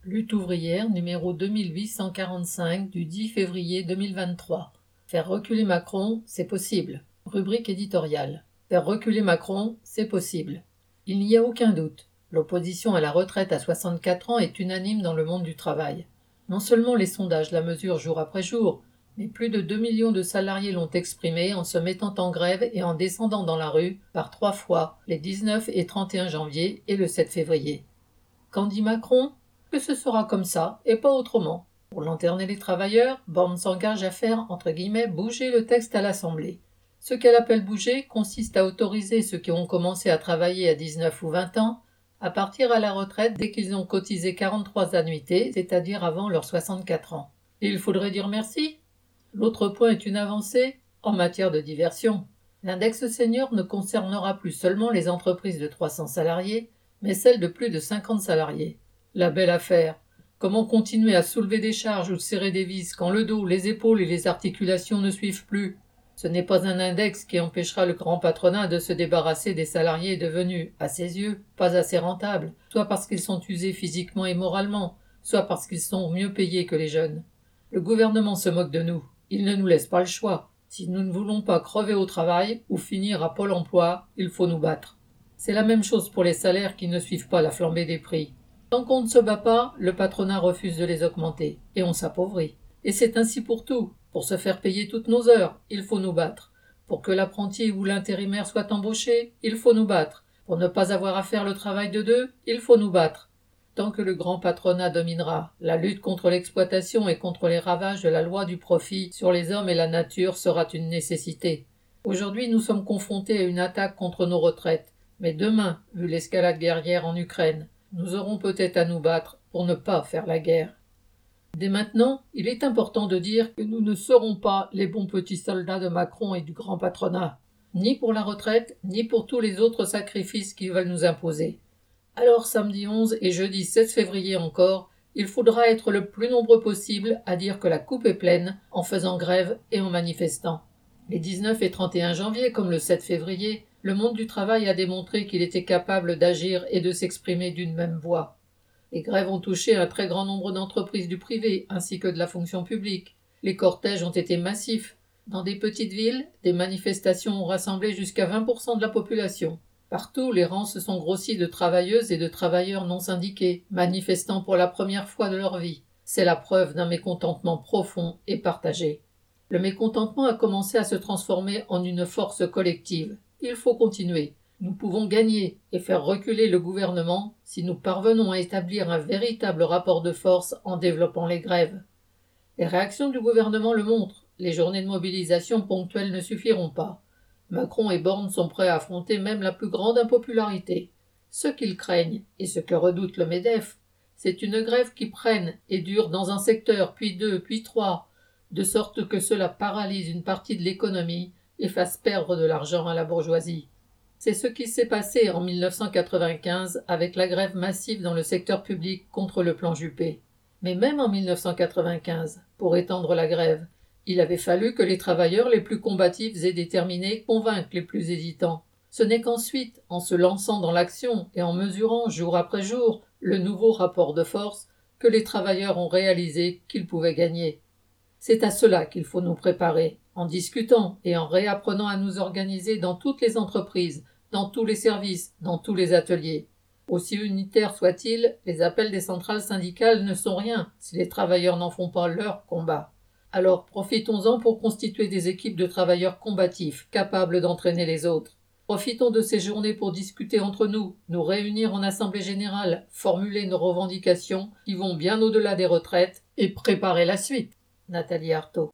Lutte ouvrière numéro 2845 du 10 février 2023. Faire reculer Macron, c'est possible. Rubrique éditoriale. Faire reculer Macron, c'est possible. Il n'y a aucun doute. L'opposition à la retraite à 64 ans est unanime dans le monde du travail. Non seulement les sondages la mesurent jour après jour, mais plus de 2 millions de salariés l'ont exprimé en se mettant en grève et en descendant dans la rue par 3 fois, les 19 et 31 janvier et le 7 février. Qu'en dit Macron ? Que ce sera comme ça et pas autrement. Pour lanterner les travailleurs, Borne s'engage à faire, entre guillemets, bouger le texte à l'Assemblée. Ce qu'elle appelle bouger consiste à autoriser ceux qui ont commencé à travailler à 19 ou 20 ans à partir à la retraite dès qu'ils ont cotisé 43 annuités, c'est-à-dire avant leurs 64 ans. Et il faudrait dire merci. L'autre point est une avancée en matière de diversion. L'index senior ne concernera plus seulement les entreprises de 300 salariés, mais celles de plus de 50 salariés. La belle affaire. Comment continuer à soulever des charges ou serrer des vis quand le dos, les épaules et les articulations ne suivent plus ? Ce n'est pas un index qui empêchera le grand patronat de se débarrasser des salariés devenus, à ses yeux, pas assez rentables, soit parce qu'ils sont usés physiquement et moralement, soit parce qu'ils sont mieux payés que les jeunes. Le gouvernement se moque de nous. Il ne nous laisse pas le choix. Si nous ne voulons pas crever au travail ou finir à Pôle emploi, il faut nous battre. C'est la même chose pour les salaires qui ne suivent pas la flambée des prix. Tant qu'on ne se bat pas, le patronat refuse de les augmenter, et on s'appauvrit. Et c'est ainsi pour tout. Pour se faire payer toutes nos heures, il faut nous battre. Pour que l'apprenti ou l'intérimaire soit embauché, il faut nous battre. Pour ne pas avoir à faire le travail de deux, il faut nous battre. Tant que le grand patronat dominera, la lutte contre l'exploitation et contre les ravages de la loi du profit sur les hommes et la nature sera une nécessité. Aujourd'hui, nous sommes confrontés à une attaque contre nos retraites. Mais demain, vu l'escalade guerrière en Ukraine, nous aurons peut-être à nous battre pour ne pas faire la guerre. Dès maintenant, il est important de dire que nous ne serons pas les bons petits soldats de Macron et du grand patronat, ni pour la retraite, ni pour tous les autres sacrifices qu'ils veulent nous imposer. Alors samedi 11 et jeudi 16 février encore, il faudra être le plus nombreux possible à dire que la coupe est pleine en faisant grève et en manifestant. Les 19 et 31 janvier comme le 7 février, le monde du travail a démontré qu'il était capable d'agir et de s'exprimer d'une même voix. Les grèves ont touché un très grand nombre d'entreprises du privé ainsi que de la fonction publique. Les cortèges ont été massifs. Dans des petites villes, des manifestations ont rassemblé jusqu'à 20% de la population. Partout, les rangs se sont grossis de travailleuses et de travailleurs non syndiqués, manifestant pour la première fois de leur vie. C'est la preuve d'un mécontentement profond et partagé. Le mécontentement a commencé à se transformer en une force collective. Il faut continuer. Nous pouvons gagner et faire reculer le gouvernement si nous parvenons à établir un véritable rapport de force en développant les grèves. Les réactions du gouvernement le montrent. Les journées de mobilisation ponctuelles ne suffiront pas. Macron et Borne sont prêts à affronter même la plus grande impopularité. Ce qu'ils craignent, et ce que redoute le MEDEF, c'est une grève qui prenne et dure dans un secteur, puis deux, puis trois, de sorte que cela paralyse une partie de l'économie et fasse perdre de l'argent à la bourgeoisie. C'est ce qui s'est passé en 1995 avec la grève massive dans le secteur public contre le plan Juppé. Mais même en 1995, pour étendre la grève, il avait fallu que les travailleurs les plus combatifs et déterminés convainquent les plus hésitants. Ce n'est qu'ensuite, en se lançant dans l'action et en mesurant jour après jour le nouveau rapport de force, que les travailleurs ont réalisé qu'ils pouvaient gagner. C'est à cela qu'il faut nous préparer, en discutant et en réapprenant à nous organiser dans toutes les entreprises, dans tous les services, dans tous les ateliers. Aussi unitaires soient-ils, les appels des centrales syndicales ne sont rien si les travailleurs n'en font pas leur combat. Alors profitons-en pour constituer des équipes de travailleurs combatifs, capables d'entraîner les autres. Profitons de ces journées pour discuter entre nous, nous réunir en assemblée générale, formuler nos revendications qui vont bien au-delà des retraites et préparer la suite. Nathalie Arthaud.